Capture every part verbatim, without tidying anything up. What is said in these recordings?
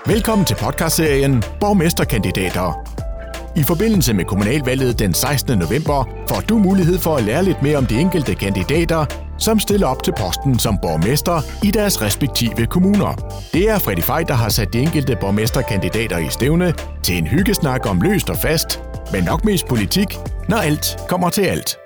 Velkommen til podcastserien Borgmesterkandidater. I forbindelse med kommunalvalget den sekstende november får du mulighed for at lære lidt mere om de enkelte kandidater, som stiller op til posten som borgmester i deres respektive kommuner. Det er Freddy Fej, der har sat de enkelte borgmesterkandidater i stævne til en hyggesnak om løst og fast, men nok mest politik, når alt kommer til alt.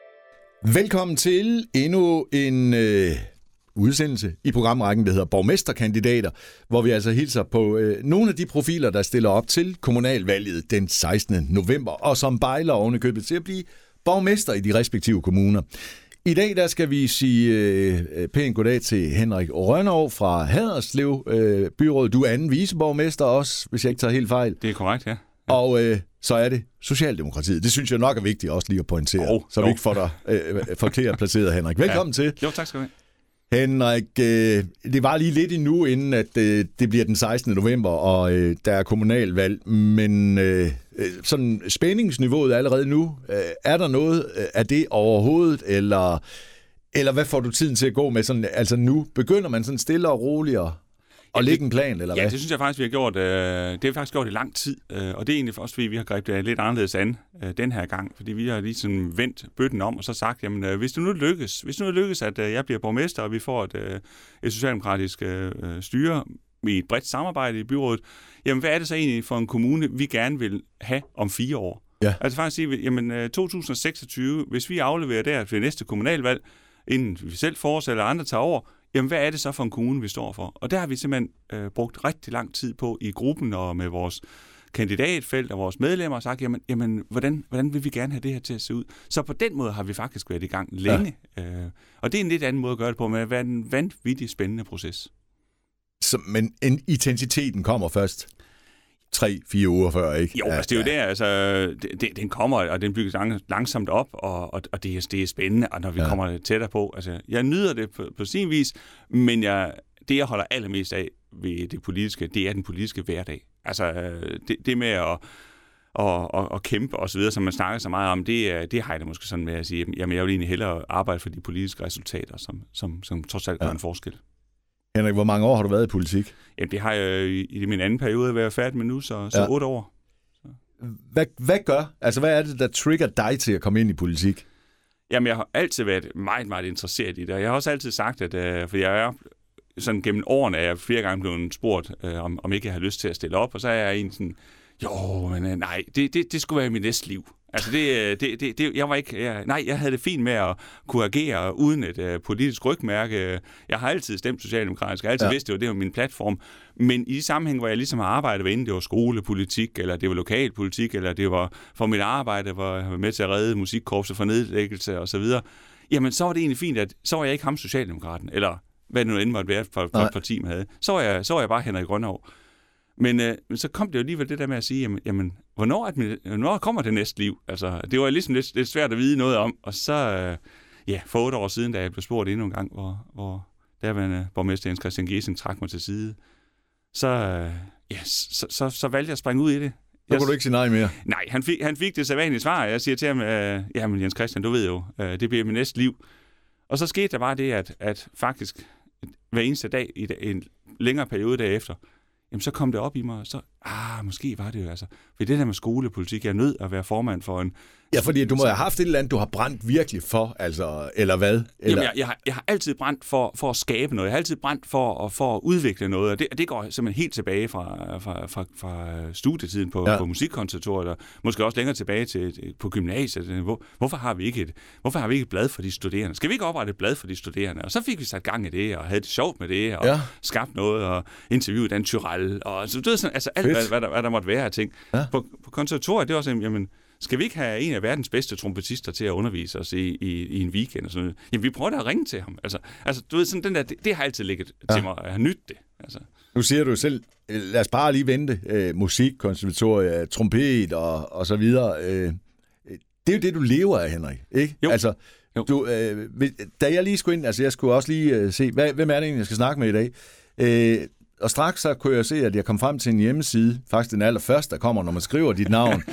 Velkommen til endnu en øh, udsendelse i programrækken, der hedder Borgmesterkandidater, hvor vi altså hilser på øh, nogle af de profiler, der stiller op til kommunalvalget den sekstende november, og som bejler ovenikøbet til at blive borgmester i de respektive kommuner. I dag der skal vi sige øh, pænt goddag til Henrik Rønnow fra Haderslev øh, byråd. Du er anden viceborgmester også, hvis jeg ikke tager helt fejl. Det er korrekt, ja. Og øh, så er det Socialdemokratiet. Det synes jeg nok er vigtigt også lige at pointere, oh, så vi oh. ikke får dig øh, forkert placeret, Henrik. Velkommen ja. til. Jo, tak skal du have. Henrik, øh, det var lige lidt endnu, inden at øh, det bliver den sekstende november, og øh, der er kommunalvalg, men øh, sådan spændingsniveauet allerede nu, øh, er der noget af det overhovedet, eller, eller hvad får du tiden til at gå med? Sådan, altså nu begynder man sådan stille og roligt og Og lægge en plan, eller hvad? Ja, det synes jeg faktisk, vi har gjort. Øh, det har vi faktisk gjort i lang tid, øh, og det er egentlig også, fordi vi har grebet det lidt anderledes an øh, den her gang, fordi vi har ligesom vendt bøtten om og så sagt, jamen øh, hvis det nu lykkes, hvis det nu lykkes, at øh, jeg bliver borgmester, og vi får et, øh, et socialdemokratisk øh, styre i et bredt samarbejde i byrådet, jamen hvad er det så egentlig for en kommune, vi gerne vil have om fire år? Ja. Altså faktisk sige, jamen øh, to tusind og seksogtyve, hvis vi afleverer der ved næste kommunalvalg, inden vi selv får os eller andre tager over, jamen hvad er det så for en kommune, vi står for? Og der har vi simpelthen øh, brugt rigtig lang tid på i gruppen og med vores kandidatfelt og vores medlemmer og sagt, jamen, jamen hvordan, hvordan vil vi gerne have det her til at se ud? Så på den måde har vi faktisk været i gang længe. Ja. Øh, og det er en lidt anden måde at gøre det på, men det er en vanvittig spændende proces. Så, men intensiteten kommer først tre, fire uger før, ikke? Jo, ja, altså det er jo ja. der, altså, det, det, den kommer, og den bygges langsomt op, og, og, og det, er, det er spændende, og når vi ja. kommer tættere på, altså, jeg nyder det på, på sin vis, men jeg, det, jeg holder allermest af ved det politiske, det er den politiske hverdag. Altså, det, det med at, at, at, at kæmpe og så videre, som man snakker så meget om, det, det har jeg da måske sådan med at sige, jamen, jeg vil egentlig hellere arbejde for de politiske resultater, som, som, som trods alt gør ja. en forskel. Henrik, hvor mange år har du været i politik? Jamen, det har jeg i, i min anden periode været færdig med nu, så, så ja. otte år. Så. Hvad, hvad gør? Altså, hvad er det, der trigger dig til at komme ind i politik? Jamen, jeg har altid været meget, meget interesseret i det, og jeg har også altid sagt, at uh, for jeg er sådan gennem årene, er jeg flere gange blevet spurgt, uh, om, om ikke jeg har lyst til at stille op, og så er jeg en sådan, jo, men uh, nej, det, det, det skulle være mit næste liv. Altså det, det, det, det, jeg var ikke, jeg, nej, jeg havde det fint med at kunne agere uden et uh, politisk rygmærke. Jeg har altid stemt socialdemokratisk, jeg har altid ja. vidst, det var, det var min platform. Men i de sammenhæng, hvor jeg ligesom har arbejdet, enten det var skolepolitik, eller det var lokalpolitik, eller det var for mit arbejde, hvor jeg var med til at redde musikkorpset for nedlæggelse og så videre, jamen så var det egentlig fint, at så var jeg ikke ham socialdemokraten, eller hvad det nu end måtte være for, for et parti, man havde. Så var jeg, så var jeg bare Henrik Rønnow. Men, øh, men så kom det jo alligevel det der med at sige, jamen, jamen hvornår, at min, hvornår kommer det næste liv? Altså, det var ligesom lidt, lidt svært at vide noget om. Og så, øh, ja, for otte år siden, da jeg blev spurgt endnu en gang, hvor, hvor derværende borgmester Jens Christian Gesing trak mig til side, så, øh, ja, så, så, så valgte jeg at springe ud i det. Så kunne du ikke sige nej mere? Nej, han fik, han fik det sædvanlige svar. Jeg siger til ham, øh, jamen Jens Christian, du ved jo, øh, det bliver mit næste liv. Og så skete der bare det, at, at faktisk hver eneste dag i en længere periode derefter, jamen så kom det op i mig, og så, ah, måske var det jo altså, for det der med skolepolitik, jeg er nødt at være formand for en... Ja, fordi du må have haft et eller andet, du har brændt virkelig for, altså, eller hvad? Eller... Jamen, jeg, jeg, har, jeg har altid brændt for, for at skabe noget, jeg har altid brændt for, for at udvikle noget, og det, det går simpelthen helt tilbage fra, fra, fra, fra studietiden på, ja. på musikkonservatoriet, og måske også længere tilbage til, på gymnasiet. Hvor, hvorfor, har vi ikke et, hvorfor har vi ikke et blad for de studerende? Skal vi ikke oprette et blad for de studerende? Og så fik vi sat gang i det, og havde det sjovt med det, og ja. skabt noget, og interviewet Dan Tyrell, og så, det sådan, altså alt, hvad, hvad, der, hvad der måtte være af ting. Ja. På, på konservatoriet, det var sådan, jamen, skal vi ikke have en af verdens bedste trompetister til at undervise os i, i, i en weekend? Og sådan noget? Jamen, vi prøver da at ringe til ham. Altså, altså du ved, sådan den der, det, det har altid ligget ja. til mig, at jeg har nydt det. Altså. Nu siger du selv, lad os bare lige vente. Øh, musik, konservatorie, trompet og, og så videre. Øh, det er jo det, du lever af, Henrik, ikke? Jo. Altså, jo. Du, øh, da jeg lige skulle ind, altså jeg skulle også lige øh, se, hvad, hvem er det egentlig, jeg skal snakke med i dag? Øh, Og straks så kunne jeg se, at jeg kom frem til en hjemmeside, faktisk den allerførste, der kommer, når man skriver dit navn.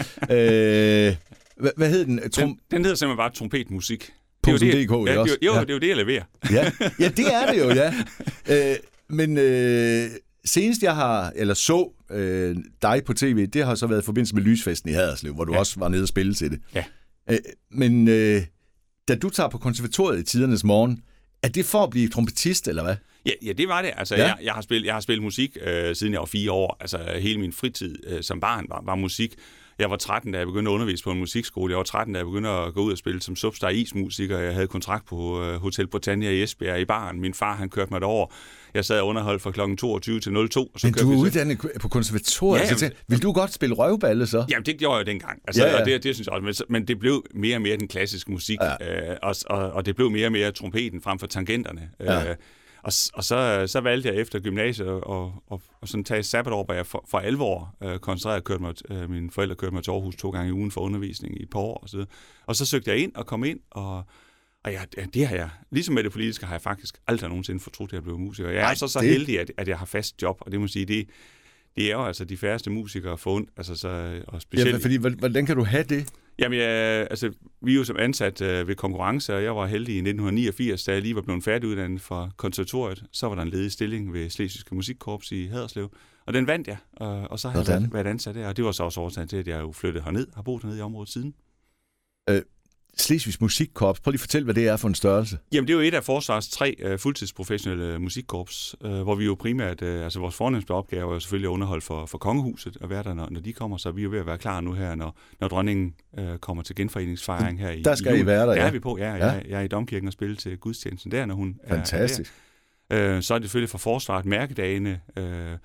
øh, hvad, hvad hed den? Trum... den? Den hedder simpelthen bare Trompetmusik. Det er jo det, ja, også. Jo, ja. det er jo det, jeg leverer. ja. ja, det er det jo, ja. Øh, men øh, senest jeg har, eller så øh, dig på tv, det har så været i forbindelse med Lysfesten i Haderslev, hvor du ja. også var nede og spille til det. Ja. Øh, men øh, da du tager på konservatoriet i tidernes morgen, er det for at blive trompetist, eller hvad? Ja, ja, det var det. Altså, ja. jeg, jeg, har spillet, jeg har spillet musik, øh, siden jeg var fire år. Altså, hele min fritid øh, som barn var, var musik. Jeg var tretten, da jeg begyndte at undervise på en musikskole. Jeg var tretten, da jeg begyndte at gå ud og spille som Substar Is-musiker. Jeg havde kontrakt på uh, Hotel Britannia i Esbjerg i baren. Min far, han kørte mig derover. Jeg sad og underholdt fra klokken toogtyve til nul to. Og så Men du er uddannet på konservatoriet. Ja, så vil du godt spille røvballe så? Jamen, det gjorde jeg jo dengang. Altså, ja, ja. Og det, det synes jeg også. Men, men det blev mere og mere den klassiske musik. Ja. Øh, og, og, og det blev mere og mere trompeten frem for tangenterne. Ja. Øh, Og, og så, så valgte jeg efter gymnasiet at og, og, og sådan tage et sabbatår, hvor jeg for, for alvor øh, koncentreret kørte mig, øh, mine forældre kørte mig til Aarhus to gange i ugen for undervisning i et par år. Og så, og så søgte jeg ind og kom ind, og, og jeg, det har jeg, ligesom med det politiske, har jeg faktisk aldrig nogensinde fortrudt, at jeg blev musiker. Jeg er Ej, så så det... heldig, at, at jeg har fast job, og det må sige, det, det er jo altså de færreste musikere forundt, altså så, og specielt... Ja, fordi, hvordan kan du have det? Jamen, jeg, altså, vi er jo som ansat øh, ved konkurrence, og jeg var heldig i nitten niogfirs, da jeg lige var blevet færdiguddannet fra konservatoriet. Så var der en ledig stilling ved Slesvigske Musikkorps i Haderslev, og den vandt jeg, og, og så har jeg været ansat der, og det var så også årsagen til, at jeg jo flyttede herned, har boet hernede i området siden. Øh, Slesvigske Musikkorps, prøv lige at fortælle, hvad det er for en størrelse. Jamen, det er jo et af forsvars tre uh, fuldtidsprofessionelle musikkorps, uh, hvor vi jo primært, uh, altså vores fornemmeste opgave er jo selvfølgelig at underholde for, for kongehuset og være der, når, når de kommer, så vi er jo ved at være klar nu her, når, når dronningen uh, kommer til genforeningsfejring her i Der skal i I være der, ja. ja. er vi på, ja. ja. Jeg, jeg er i Domkirken og spille til gudstjenesten der, når hun Fantastisk. er der. Uh, så er det selvfølgelig for forsvaret mærkedagene, uh,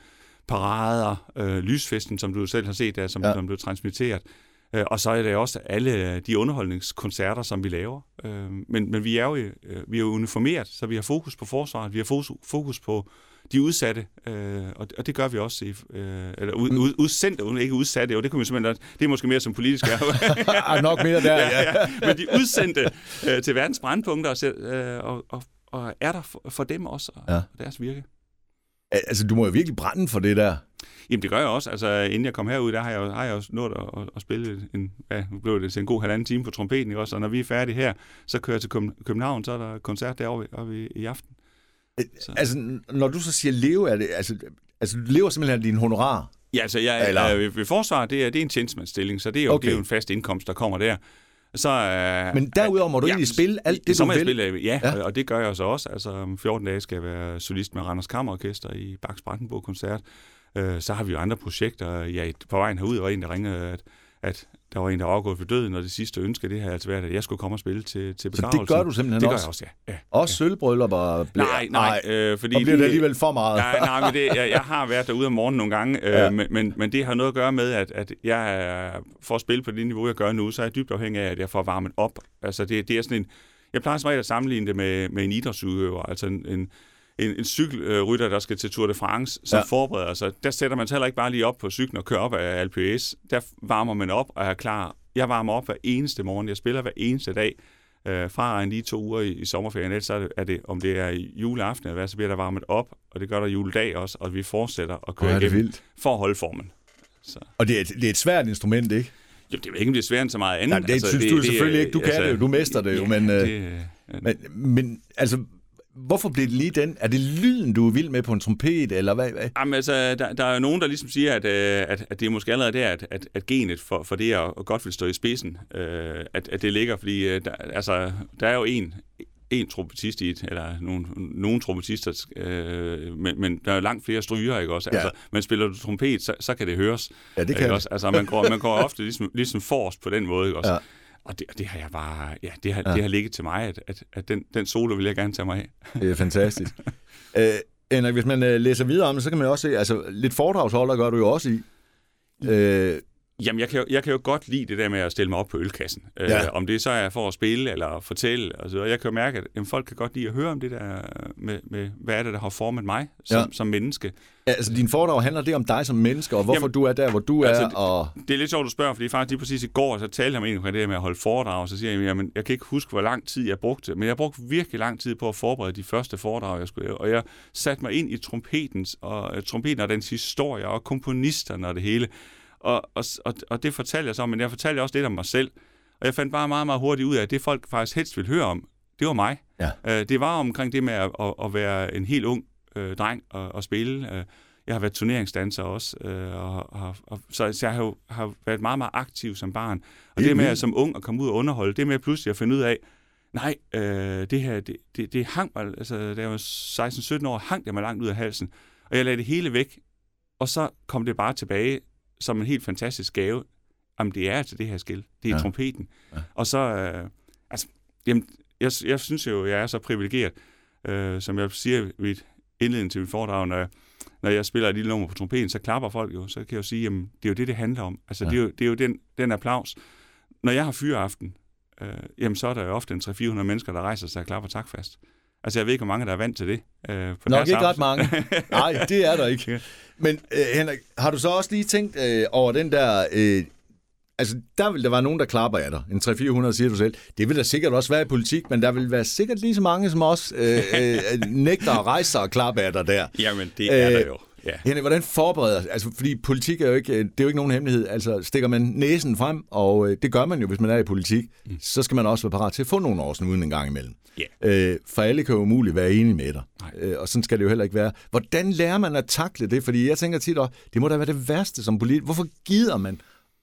parader, uh, Lysfesten, som du selv har set der, som, ja. som blev transmitteret. Og så er det også alle de underholdningskoncerter, som vi laver. Men, men vi er jo vi er jo uniformeret, så vi har fokus på forsvaret, vi har fokus på de udsatte, og det gør vi også i, eller ud, udsendte, ikke udsatte, og det kunne vi simpelthen, det er måske mere som politisk er. Nok mere der, ja. ja, ja. Men de udsendte til verdens brandpunkter, og, og, og er der for, for dem også, og ja. deres virke. Altså, du må jo virkelig brænde for det der. Jamen, det gør jeg også. Altså, inden jeg kom herud, der har jeg jo, har jeg jo nået at, at, at spille en, ja, nu blev det til en god halvanden time på trompeten, ikke også? Og når vi er færdige her, så kører jeg til København, så er der koncert derovre oppe i, i aften. Så. Altså, når du så siger leve, er det, altså, altså du lever simpelthen af din honorar? Ja, altså, jeg, Eller... øh, ved forsvar, det er, det er en tjenestemandstilling, så det er, jo, okay. det er jo en fast indkomst, der kommer der. Så, øh, Men derudover må du ja, egentlig spille alt det, så du vil? Spille, ja, ja. Og, og det gør jeg så også. Altså, om fjorten dage skal jeg være solist med Randers Kammerorkester i Bachs Brandenburg-koncert. Øh, så har vi jo andre projekter. Ja, på vejen herud var en, der ringede, at, at der var en, der var afgået for døden, og det sidste ønske, det har altså været, at jeg skulle komme og spille til, til begravelsen. Så det gør du simpelthen det også? Det gør jeg også, ja. ja også ja. Sølvbryllupper? Bliver... Nej, nej. Øh, fordi og bliver det alligevel for meget? nej, nej, men det, jeg, jeg har været derude om morgenen nogle gange, øh, ja. men, men, men det har noget at gøre med, at, at jeg får at spille på det niveau, jeg gør nu, så er jeg dybt afhængig af, at jeg får varmet op. Altså, det, det er sådan en... Jeg plejer som regel at sammenligne det med, med en idrætsudøver, altså en... en En, en cykelrytter, der skal til Tour de France, som ja. forbereder sig. Der sætter man sig heller ikke bare lige op på cyklen og kører op af Alpe S. Der varmer man op og er klar. Jeg varmer op hver eneste morgen. Jeg spiller hver eneste dag. Øh, fra en lige to uger i, i sommerferien. Ellers er det, er det, om det er juleaften eller hvad, så bliver der varmet op. Og det gør der juledag også. Og vi fortsætter at køre igennem vildt. For at holde formen. Så. Og det er, det er et svært instrument, ikke? Jo, det er ikke, om det er svært end så meget andet. Nej, det altså, synes det, du det, selvfølgelig ikke. Du altså, kan det jo. Du mester det jo. Ja, men, det, øh, men, men altså... Hvorfor blev det lige den? Er det lyden, du er vild med på en trompet, eller hvad? Jamen altså, der, der er jo nogen, der ligesom siger, at, at, at det er måske allerede der, at, at, at genet for, for det at godt vil stå i spidsen, øh, at, at det ligger, fordi der, altså, der er jo en, en trompetist i et, eller nogle, nogle trompetister, øh, men, men der er jo langt flere stryger, ikke også? Ja. Altså, men spiller du trompet, så, så kan det høres. Ja, det kan også? Altså, man går, man går ofte ligesom, ligesom forrest på den måde, ikke også? Ja. Og det, det har jeg bare, ja, det har, ja. det har ligget til mig, at, at, at den, den solo vil jeg gerne tage mig af. Det er fantastisk. Æ, Henrik, hvis man uh, læser videre om det, så kan man også se, altså lidt foredragsholder gør du jo også i. Æ, Jamen, jeg kan, jo, jeg kan jo godt lide det der med at stille mig op på ølkassen. Ja. Øh, om det så er for at spille eller fortælle. Og så, jeg kan jo mærke, at jamen, folk kan godt lide at høre om det der med, med hvad er det, der har formet mig som, ja. som menneske. Ja, altså, din foredrag handler det om dig som menneske, og hvorfor jamen, du er der, hvor du altså, er. Og... Det, det er lidt sjovt, du spørger, fordi faktisk lige præcis i går, så talte jeg med en om det med at holde foredrag, og så siger jeg, jamen, jeg kan ikke huske, hvor lang tid jeg brugte, men jeg brugte virkelig lang tid på at forberede de første foredrag, jeg skulle lave. Og jeg satte mig ind i trompetens, og, uh, trompeten og dens historie, og komponisterne og det hele. Og, og, og det fortalte jeg så, men jeg fortalte også lidt om mig selv. Og jeg fandt bare meget, meget hurtigt ud af, at det folk faktisk helst ville høre om, det var mig. Ja. Uh, det var omkring det med at, at, at være en helt ung uh, dreng og, og spille. Uh, jeg har været turneringsdanser også, øh, og, og, og, så, så jeg har jo har været meget, meget aktiv som barn. Og det, det med at som ung at komme ud og underholde, det med pludselig at finde ud af, nej, øh, det her, det, det, det hang mig, altså da jeg var seksten sytten år, hang det mig langt ud af halsen, og jeg lagde det hele væk, og så kom det bare tilbage som en helt fantastisk gave. Jamen, det er altså det her skil, det er ja. trompeten. Ja. Og så, øh, altså, jamen, jeg, jeg synes jo, jeg er så privilegeret, øh, som jeg siger ved indledning til mit foredrag, når jeg, når jeg spiller et lille nummer på trompeten, så klapper folk jo, så kan jeg jo sige, jamen, det er jo det, det handler om. Altså, ja. det er jo, det er jo den, den applaus. Når jeg har fyreaften, øh, jamen, så er der jo ofte en tre til fire hundrede mennesker, der rejser sig og klapper takfast. Altså, jeg ved ikke, hvor mange der er vant til det. Øh, på Nok ikke ret mange. Nej, det er der ikke. Men øh, Henrik, har du så også lige tænkt øh, over den der... Øh, altså, der vil der være nogen, der klapper af dig. En tre til fire hundrede, siger du selv. Det vil der sikkert også være i politik, men der vil være sikkert lige så mange, som også øh, øh, nægter at rejse sig og klappe af dig der. Jamen, det er der jo. Ja. Henrik, hvordan forbereder... Altså, fordi politik er jo ikke... Det er jo ikke nogen hemmelighed. Altså, stikker man næsen frem, og øh, det gør man jo, hvis man er i politik, mm. så skal man også være parat til at få nogle års uden en gang imellem. Yeah. Øh, for alle kan jo umuligt være enige med dig. Øh, og sådan skal det jo heller ikke være. Hvordan lærer man at takle det? Fordi jeg tænker tit, det må da være det værste som politiker. Hvorfor gider man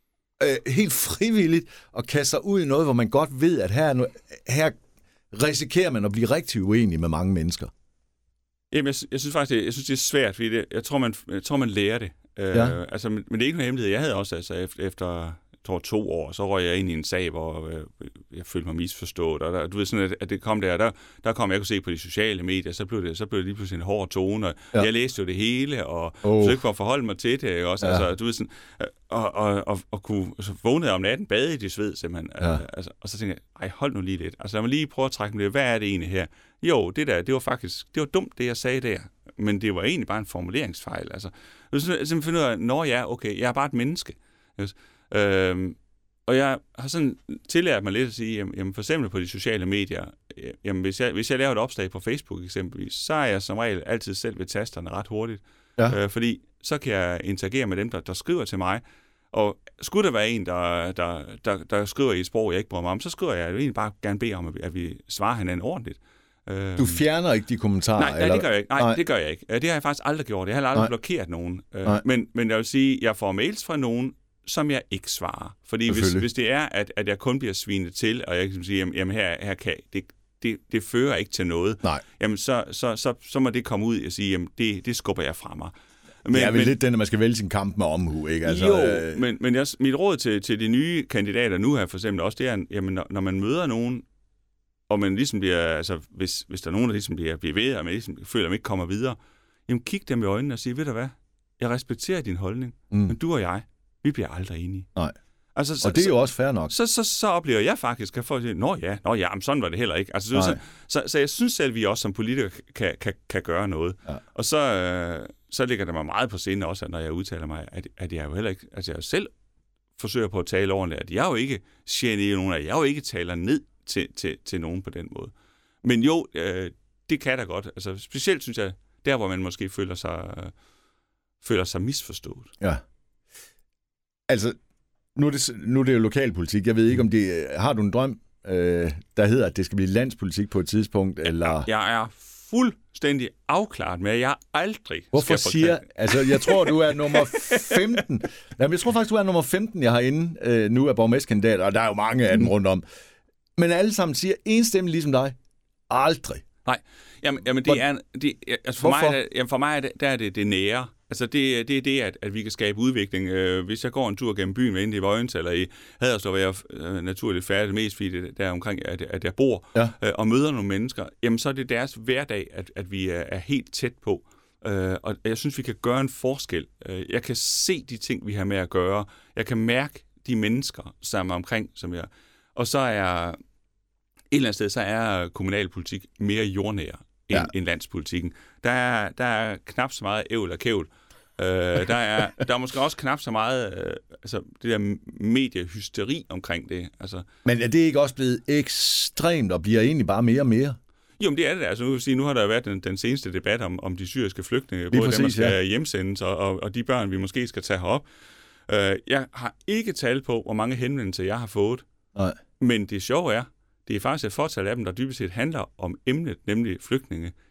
øh, helt frivilligt at kaste sig ud i noget, hvor man godt ved, at her, her risikerer man at blive rigtig uenig med mange mennesker? Jamen, jeg, jeg synes faktisk, det, jeg synes, det er svært, fordi det, jeg, tror, man, jeg tror, man lærer det. Ja. Øh, altså, men, men det er ikke nogen hemmelighed. Jeg havde også, altså, efter, efter jeg tror, to år, så røg jeg ind i en sag, hvor øh, jeg følte mig misforstået. Og der, du ved sådan, at, at det kom der, der, der kom jeg kunne se på de sociale medier, så blev det, så blev det lige pludselig en hård tone, og ja. jeg læste jo det hele, og oh. forsøgte at forholde mig til det også. Ja. Altså, du ved sådan, og, og, og, og kunne altså, vågne om natten, bade i det sved, simpelthen. Ja. Altså, og så tænkte jeg, ej, hold nu lige lidt. Altså, lad mig lige prøve at trække mig lidt. Hvad er det egentlig her? Jo, det der, det var faktisk, det var dumt, det jeg sagde der. Men det var egentlig bare en formuleringsfejl. Altså, jeg simpelthen finder ud af, når jeg er okay, jeg er bare et menneske. Yes. Øhm, og jeg har sådan tillært mig lidt at sige, jamen, jamen for eksempel på de sociale medier, jamen hvis jeg, hvis jeg laver et opslag på Facebook eksempelvis, så er jeg som regel altid selv ved tasterne ret hurtigt. Ja. Øh, fordi så kan jeg interagere med dem, der, der skriver til mig. Og skulle der være en, der, der, der, der skriver i et sprog, jeg ikke bryder mig om, så skriver jeg, jeg egentlig bare gerne bede om, at vi svarer hinanden ordentligt. Du fjerner ikke de kommentarer? Nej, nej eller? det gør jeg ikke. Nej, nej, det gør jeg ikke. Det har jeg faktisk aldrig gjort. Jeg har aldrig nej. blokeret nogen. Men, men jeg vil sige, jeg får mails fra nogen, som jeg ikke svarer. Fordi hvis, hvis det er, at, at jeg kun bliver svinet til, og jeg kan sige, jamen, jamen her, her kan det, det, det fører ikke til noget, nej. Jamen så, så, så, så må det komme ud og sige, jamen det, det skubber jeg fra mig. Men, det er vel men, lidt den, at man skal vælge sin kamp med omhu, ikke? Altså, jo, øh... men, men jeg, mit råd til, til de nye kandidater nu her for eksempel også, det er, jamen når, når man møder nogen, og man ligesom bliver, altså hvis, hvis der er nogen, der ligesom bliver, bliver ved, og man ligesom føler, at man ikke kommer videre, jamen kig dem i øjnene og sige, ved du hvad, jeg respekterer din holdning, mm. men du og jeg, vi bliver aldrig enige. Nej. Altså, så, og det er jo også fair nok. Så, så, så oplever jeg faktisk, at folk siger, nå ja, nå ja, men sådan var det heller ikke. Altså, så, så, så jeg synes selv, at vi også som politikere kan, kan, kan gøre noget. Ja. Og så, øh, så ligger det mig meget på sinde også, at når jeg udtaler mig, at, at jeg jo heller ikke, altså jeg selv forsøger på at tale ordentligt, at jeg jo ikke generer nogen af, jeg jo ikke taler ned til, til, til nogen på den måde. Men jo, øh, det kan da godt. Altså, specielt synes jeg, der hvor man måske føler sig, øh, føler sig misforstået. Ja. Altså, nu er, det, nu er det jo lokalpolitik. Jeg ved ikke, om det... Har du en drøm, øh, der hedder, at det skal blive landspolitik på et tidspunkt, eller... Jeg er fuldstændig afklaret med, at jeg aldrig Hvorfor skal siger... Altså, jeg tror, du er nummer femten. Jamen, jeg tror faktisk, du er nummer femten, jeg har inde øh, nu af borgmesterkandidater, og der er jo mange af dem rundt om. Men alle sammen siger enstemmigt ligesom dig. Aldrig. Nej, jamen, jamen det er... Det, altså for, mig, der, jamen for mig der er det det nære. Altså det, det er det, at, at vi kan skabe udvikling. Øh, hvis jeg går en tur gennem byen, inde i Vojens eller i Haderslev, hvor jeg øh, naturligt færdig mest, fordi det der omkring, at, at jeg bor, ja. øh, og møder nogle mennesker, jamen så er det deres hverdag, at, at vi er, er helt tæt på. Øh, og jeg synes, vi kan gøre en forskel. Øh, jeg kan se de ting, vi har med at gøre. Jeg kan mærke de mennesker, som er omkring, som jeg... Og så er... Et eller andet sted, så er kommunalpolitik mere jordnær end, ja. end landspolitikken. Der er, der er knap så meget ævl og kævl. Øh, der, er, der er måske også knap så meget øh, altså det der mediehysteri omkring det. Altså, men er det ikke også blevet ekstremt og bliver egentlig bare mere og mere? Jo, men det er det. Altså, nu, vil sige, nu har der været den, den seneste debat om, om de syriske flygtninge, Lige både præcis, dem, der skal ja. hjemsendes, og, og, og de børn, vi måske skal tage herop. Øh, jeg har ikke tal på, hvor mange henvendelser jeg har fået. Nej. Men det sjove er, det er faktisk et fortal af dem, der dybest set handler om emnet, nemlig flygtninge.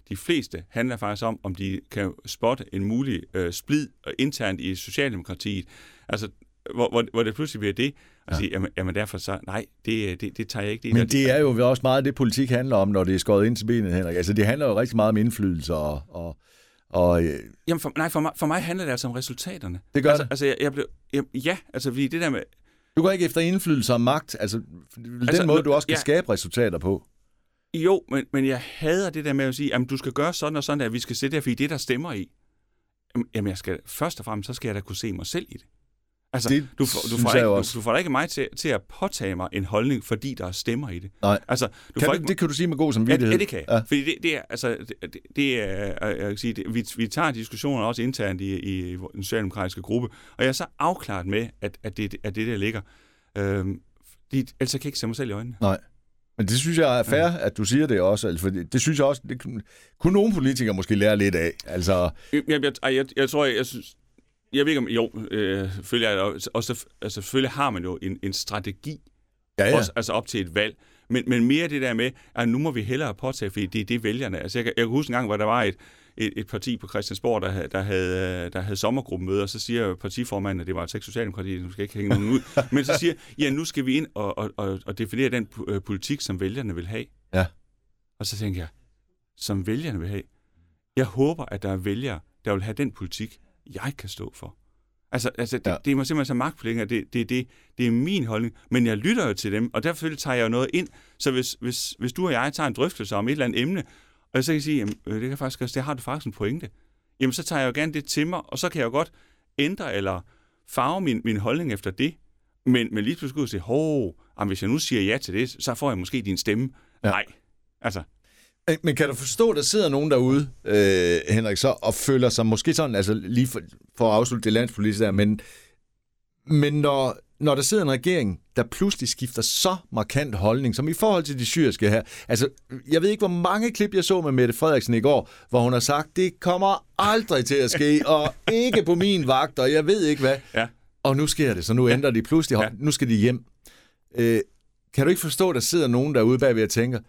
De fleste handler faktisk om, om de kan spotte en mulig øh, splid internt i Socialdemokratiet. Altså, hvor, hvor, hvor det pludselig bliver det, og sige, ja. jamen, jamen derfor så, nej, det, det, det tager jeg ikke. Det, Men det er jo også meget det, politik handler om, når det er skåret ind til benet, Henrik. Altså, det handler jo rigtig meget om indflydelse og... og, og øh... Jamen, for, nej, for mig, for mig handler det altså om resultaterne. Det gør altså, det? Altså, jeg, jeg blev, jeg, ja, altså, fordi det der med... Du går ikke efter indflydelse og magt, altså, den altså, måde, du også kan ja, skabe resultater på. Jo, men, men jeg hader det der med at sige, at du skal gøre sådan og sådan, at vi skal sætte der, fordi det der stemmer i. Jamen, jeg skal, først og fremmest, så skal jeg da kunne se mig selv i det. Altså, det du, får, du, får ikke, du, du får da ikke mig til, til at påtage mig en holdning, fordi der er stemmer i det. Nej. Altså, du kan får du, ikke, det kan du sige med god samvittighed. Ja, det kan jeg. Ja. Fordi det, det er, altså, det, det er, jeg kan sige, det, vi, vi tager diskussioner også internt i, i den socialdemokratiske gruppe, og jeg er så afklaret med, at, at, det, at det der ligger. Øhm, de, ellers kan jeg ikke se mig selv i øjnene. Nej. Men det synes jeg er fair, ja. At du siger det også. Altså, for det, det synes jeg også, det kunne nogle politikere måske lære lidt af. Altså... Jeg, jeg, jeg, jeg tror, jeg, jeg synes... Jeg ved ikke om... Jo, øh, selvfølgelig, er det, også, altså, selvfølgelig har man jo en, en strategi, ja, ja. Også, altså op til et valg. Men, men mere det der med, at nu må vi hellere påtage, fordi det er det vælgerne. Altså, jeg, jeg kan huske en gang, hvor der var et, et, et parti på Christiansborg, der, der, havde, der havde sommergruppemøder, og så siger partiformanden, at det var altså ikke Socialdemokratiet, nu skal ikke hænge nogen ud, men så siger, ja, nu skal vi ind og, og, og, og definere den politik, som vælgerne vil have. Ja. Og så tænker jeg, som vælgerne vil have. Jeg håber, at der er vælgere, der vil have den politik, jeg kan stå for. Altså, altså det, ja. det er simpelthen så magtpåliggende, det, det, det, det er min holdning, men jeg lytter jo til dem, og derfor tager jeg jo noget ind, så hvis, hvis, hvis du og jeg tager en drøftelse om et eller andet emne, og så kan jeg sige, jamen, det kan faktisk, det har du faktisk en pointe, jamen så tager jeg jo gerne det til mig, og så kan jeg jo godt ændre eller farve min, min holdning efter det, men, men lige pludselig sige, hov, hvis jeg nu siger ja til det, så får jeg måske din stemme. Ja. Nej, altså... Men kan du forstå, der sidder nogen derude, øh, Henrik, så, og føler sig måske sådan, altså lige for, for at afslutte det landspolitiske der, men, men når, når der sidder en regering, der pludselig skifter så markant holdning, som i forhold til de syriske her, altså jeg ved ikke, hvor mange klip jeg så med Mette Frederiksen i går, hvor hun har sagt, det kommer aldrig til at ske, og ikke på min vagt, og jeg ved ikke hvad. Ja. Og nu sker det, så nu ændrer de pludselig, ja. Nu skal de hjem. Øh, kan du ikke forstå, der sidder nogen derude bagved og tænker,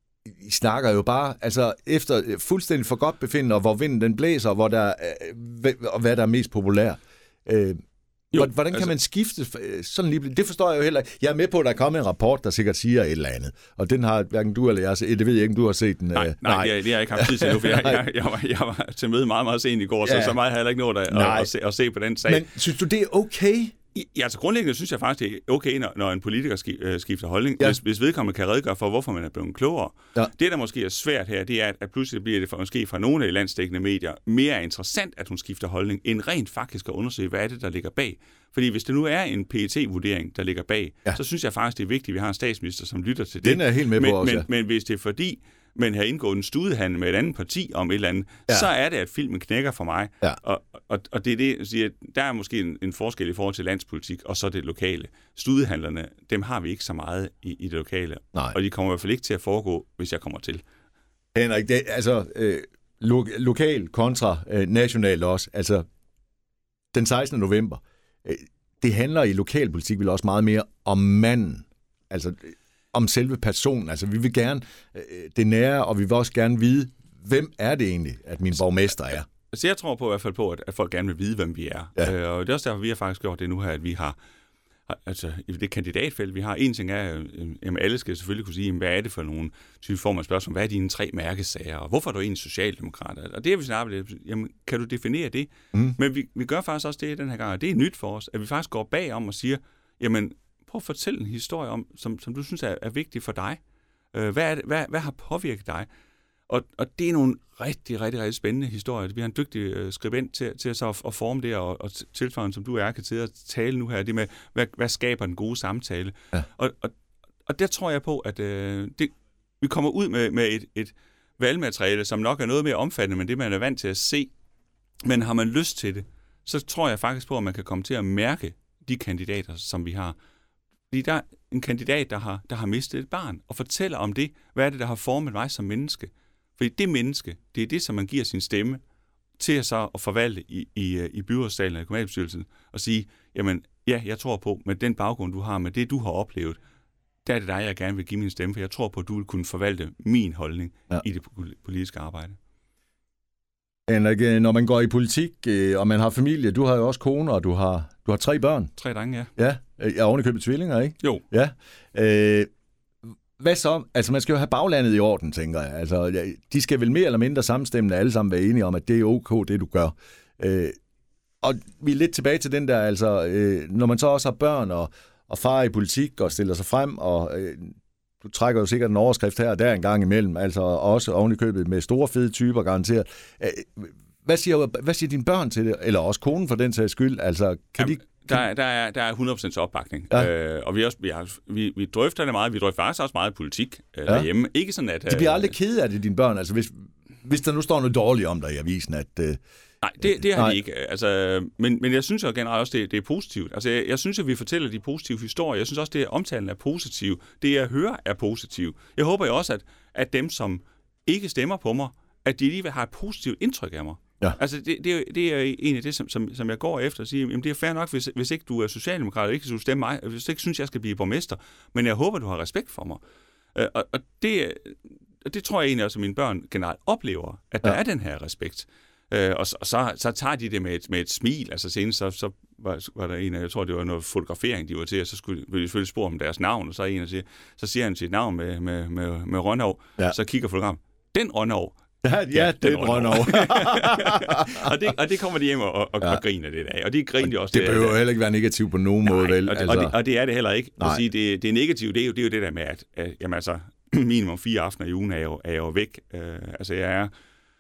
I snakker jo bare, altså efter fuldstændig for godt befindende, og hvor vinden den blæser, og, hvor der, øh, og hvad der er mest populær. Øh, jo, hvordan kan altså, man skifte sådan lige? Det forstår jeg jo heller ikke. Jeg er med på, at der er kommet en rapport, der sikkert siger et eller andet. Og den har hverken du eller jeg set. Det ved jeg ikke, om du har set den. Nej, nej, nej. Det, det har jeg ikke haft tid til nu, for jeg, jeg, jeg, var, jeg var til møde meget, meget sent i går, så ja. så meget har jeg heller ikke nået at, at, at, se, at se på den sag. Men synes du, det er okay? Ja, altså grundlæggende synes jeg faktisk, det er okay, når, når en politiker skifter holdning, ja. hvis, hvis vedkommende kan redegøre for, hvorfor man er blevet klogere. Ja. Det, der måske er svært her, det er, at, at pludselig bliver det for, måske fra nogle af de landsdækkende medier mere interessant, at hun skifter holdning, end rent faktisk at undersøge, hvad er det, der ligger bag. Fordi hvis det nu er en P E T-vurdering, der ligger bag, ja. så synes jeg faktisk, det er vigtigt, at vi har en statsminister, som lytter til det. Den er jeg helt med på men, også, men, ja. men hvis det er fordi, man har indgået en studehandel med et andet parti om et eller andet, ja. så er det, at filmen knækker for mig. Ja. Og, og, og det er det, jeg siger, der er måske en, en forskel i forhold til landspolitik, og så det lokale. Studehandlerne, dem har vi ikke så meget i, i det lokale. Nej. Og de kommer i hvert fald ikke til at foregå, hvis jeg kommer til. Henrik, det, altså øh, lo- lokal kontra øh, national også. Altså, den sekstende november, øh, det handler i lokalpolitik vel også meget mere om manden. Altså... om selve personen. Altså, vi vil gerne øh, det nære, og vi vil også gerne vide, hvem er det egentlig, at min borgmester er. Altså, jeg tror på i hvert fald på, at, at folk gerne vil vide, hvem vi er. Ja. Øh, og det er også derfor, vi har faktisk gjort det nu her, at vi har, altså i det kandidatfelt, vi har, en ting er, at alle skal selvfølgelig kunne sige, hvad er det for nogle type form af spørgsmål, hvad er dine tre mærkesager, og hvorfor er du egentlig socialdemokrat? Og det har vi snart, jamen, kan du definere det? Mm. Men vi, vi gør faktisk også det den her gang, og det er nyt for os, at vi faktisk går bagom og siger, jamen, prøv at fortælle en historie om, som, som du synes er, er vigtig for dig. Øh, hvad, er det, hvad, hvad har påvirket dig? Og, og det er nogle rigtig, rigtig, rigtig spændende historier. Vi har en dygtig øh, skribent til, til så at, at forme det, og, og tilføjen, som du er, kan til at tale nu her, det med, hvad, hvad skaber den gode samtale? Ja. Og, og, og der tror jeg på, at øh, det, vi kommer ud med, med et, et valgmateriale, som nok er noget mere omfattende, men det man er vant til at se. Men har man lyst til det, så tror jeg faktisk på, at man kan komme til at mærke de kandidater, som vi har. Fordi der er en kandidat, der har, der har mistet et barn, og fortæller om det, hvad er det, der har formet mig som menneske. Fordi det menneske, det er det, som man giver sin stemme til at så at forvalte i, i, i byrådssalen eller kommunalbestyrelsen, og sige, jamen, ja, jeg tror på, med den baggrund, du har, med det, du har oplevet, der er det dig, jeg gerne vil give min stemme, for jeg tror på, at du vil kunne forvalte min holdning ja. i det politiske arbejde. Henrik, når man går i politik, og man har familie, du har jo også kone, og du har, du har tre børn. Tre drenge, ja. Ja, jeg er ovenikøbet tvillinger, ikke? Jo. Ja. Øh, hvad så? Altså, man skal jo have baglandet i orden, tænker jeg. Altså, de skal vel mere eller mindre samstemmende alle sammen være enige om, at det er ok, det du gør. Øh, og vi er lidt tilbage til den der, altså, øh, når man så også har børn og, og far i politik og stiller sig frem, og øh, du trækker jo sikkert en overskrift her og der en gang imellem, altså også ovenikøbet med store fede typer garanteret. Øh, hvad, siger, hvad siger dine børn til det? Eller også konen for den sags skyld? Altså, kan Jamen, de... Der er, der, er, der er hundrede procent opbakning, ja. øh, og vi, også, vi, har, vi, vi drøfter det meget. Vi drøfter faktisk også meget politik øh, ja. derhjemme. Ikke sådan, at... De bliver aldrig kede af det, dine børn. Altså, hvis, hvis der nu står noget dårligt om dig i avisen, at... Øh, nej, det, det har nej. de ikke. Altså, men, men jeg synes jo generelt også, det, det er positivt. Altså, jeg, jeg synes, at vi fortæller de positive historier. Jeg synes også, at omtalen er positiv. Det, jeg hører, er positivt. Jeg håber jo også, at, at dem, som ikke stemmer på mig, at de lige vil have et positivt indtryk af mig. Ja. Altså, det, det, er, det er en af det, som, som, som jeg går efter og siger, jamen, det er fair nok, hvis, hvis ikke du er socialdemokrat, og ikke du stemme mig, hvis du ikke synes, jeg skal blive borgmester, men jeg håber, du har respekt for mig. Øh, og, og det, det tror jeg egentlig også, at mine børn generelt oplever, at der ja. er den her respekt. Øh, og og så, så tager de det med et, med et smil. Altså senest så, så var, var der en af, jeg tror, det var noget fotografering, de var til, og så skulle de selvfølgelig spørge om deres navn, og så, en, og siger, så siger han sit navn med, med, med, med Rønhov, ja. Så kigger fotografen, den Rønhov. Ja, ja, ja, det er Rønhov. og, det, og det kommer de hjem og, og, ja. og griner det af. Og det griner de også. Det behøver heller ikke være negativt på nogen nej, måde, vel? Og det, altså. og, det, og det er det heller ikke. Sige, det, det er negativt, det er, jo, det er jo det der med, at, at jamen, altså, minimum fire aftener i ugen er jeg jo, er jeg jo væk. Uh, altså, jeg er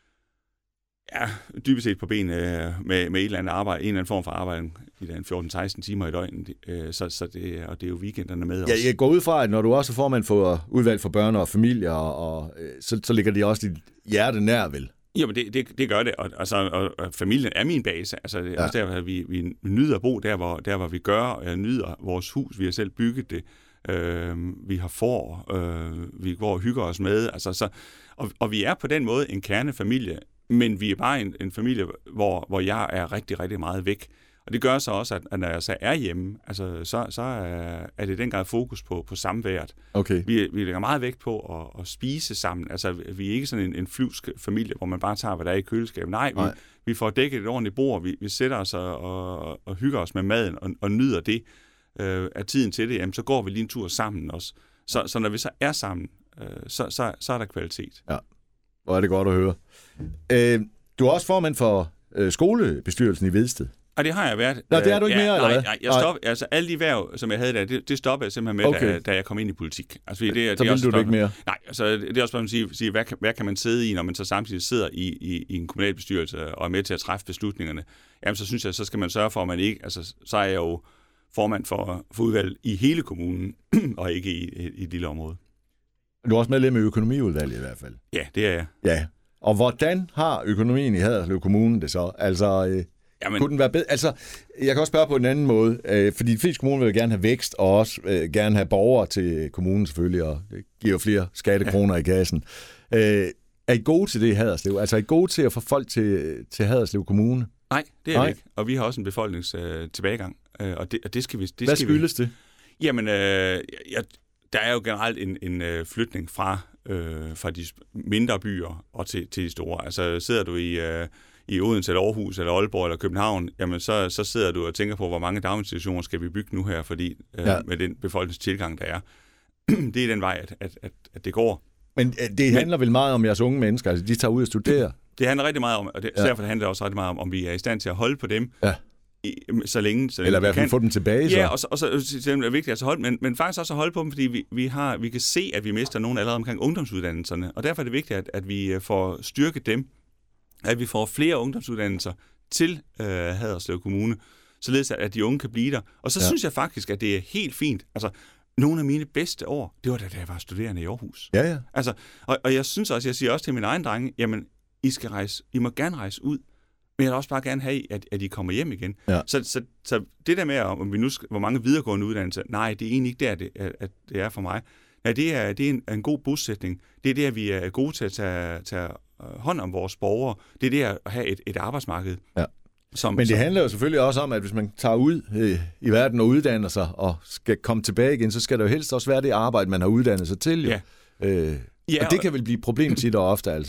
ja, dybest set på ben uh, med, med et eller andet arbejde, en eller anden form for arbejde i den fjorten til seksten timer i døgnet. Uh, så, så det, og det er jo weekenderne med også. Ja, jeg går ud fra, at når du også er formand for udvalg for børn og familier, og, og, så, så ligger det også dit hjerte nær, vel? Jamen, det, det, det gør det, og, altså, og, og familien er min base. Altså, det er ja. også der, vi, vi nyder at bo, der hvor, der, hvor vi gør, og jeg nyder vores hus. Vi har selv bygget det. Øh, vi har får, øh, vi går og hygger os med. Altså, så, og, og vi er på den måde en kernefamilie, men vi er bare en, en familie, hvor, hvor jeg er rigtig, rigtig meget væk. Og det gør så også, at, at når jeg så er hjemme, altså, så, så er, er det den grad fokus på, på samværet. Okay. Vi, vi lægger meget vægt på at, at spise sammen. Altså, vi er ikke sådan en, en flyvsk familie, hvor man bare tager, hvad der er i køleskabet. Nej, Nej. Vi, vi får dækket et ordentligt bord. Vi, vi sætter os og, og, og hygger os med maden og, og nyder det. Øh, af tiden til det, jamen, så går vi lige en tur sammen også. Så, så når vi så er sammen, øh, så, så, så er der kvalitet. Ja, hvor er det godt at høre. Øh, du er også formand for øh, skolebestyrelsen i Vedsted. Og det har jeg været. Nå, det er du ikke ja, mere, nej, eller hvad? Nej, jeg stop, altså alle de værv, som jeg havde der, det, det stoppede jeg simpelthen med, okay. da, da jeg kom ind i politik. Altså, det, så det vil du det ikke mere? Nej, altså det er også bare at sige, sige hvad, kan, hvad kan man sidde i, når man så samtidig sidder i, i, i en kommunalbestyrelse og er med til at træffe beslutningerne? Jamen, så synes jeg, så skal man sørge for, at man ikke, altså så er jeg jo formand for, for udvalg i hele kommunen, og ikke i, i, i et lille område. Du er også medlem af økonomiudvalget i hvert fald. Ja, det er jeg. Ja, og hvordan har økonomien i Haderslev Kommune det så? Altså, øh, Jamen. kunne den være bedre? Altså, jeg kan også spørge på en anden måde, øh, fordi de fleste kommuner vil gerne have vækst, og også øh, gerne have borgere til kommunen selvfølgelig, og det giver jo flere skattekroner ja. i kassen. Øh, er I gode til det i Haderslev? Altså, er I gode til at få folk til, til Haderslev Kommune? Nej, det er Nej. det ikke. Og vi har også en befolkningstilbagegang. Øh, og, det, og det skal vi... Det Hvad skal skyldes vi... det? Jamen, øh, jeg, der er jo generelt en, en øh, flytning fra, øh, fra de mindre byer og til, til de store. Altså, sidder du i, øh, i Odense eller Aarhus eller Aalborg eller København, jamen så, så sidder du og tænker på, hvor mange daginstitutioner skal vi bygge nu her, fordi øh, ja. med den befolkningstilgang, der er. Det er den vej, at, at, at, at det går. Men det handler Men, vel meget om jeres unge mennesker, altså de tager ud og studerer? Det handler rigtig meget om, og det, ja. derfor handler det også rigtig meget om, om vi er i stand til at holde på dem, ja. i, så længe, så eller i hvert fald få dem tilbage. Så. Ja, og så, og så det er vigtigt altså holde, men, men faktisk også at holde på dem, fordi vi, vi, har, vi kan se, at vi mister nogen allerede omkring ungdomsuddannelserne, og derfor er det vigtigt, at, at vi får styrket dem, at vi får flere ungdomsuddannelser til øh, Haderslev Kommune, således at de unge kan blive der. Og så ja. synes jeg faktisk, at det er helt fint. Altså, nogle af mine bedste år, det var da, da jeg var studerende i Aarhus. Ja, ja. Altså, og, og jeg synes også, jeg siger også til mine egne drenge, jamen, I skal rejse, I må gerne rejse ud, men jeg vil også bare gerne have, at, at I kommer hjem igen. Ja. Så, så, så det der med, om vi nu skal, hvor mange videregående uddannelser, nej, det er egentlig ikke der, det, at det er for mig. Ja, det er, det er en, en god bosætning. Det er det, at vi er gode til at tage, tage hånd om vores borgere. Det er det at have et, et arbejdsmarked. Ja. Som, Men det som... handler jo selvfølgelig også om, at hvis man tager ud øh, i verden og uddanner sig, og skal komme tilbage igen, så skal der jo helst også være det arbejde, man har uddannet sig til. Jo. Ja. Øh, ja, og det kan vel blive et problem tit og ofte, altså.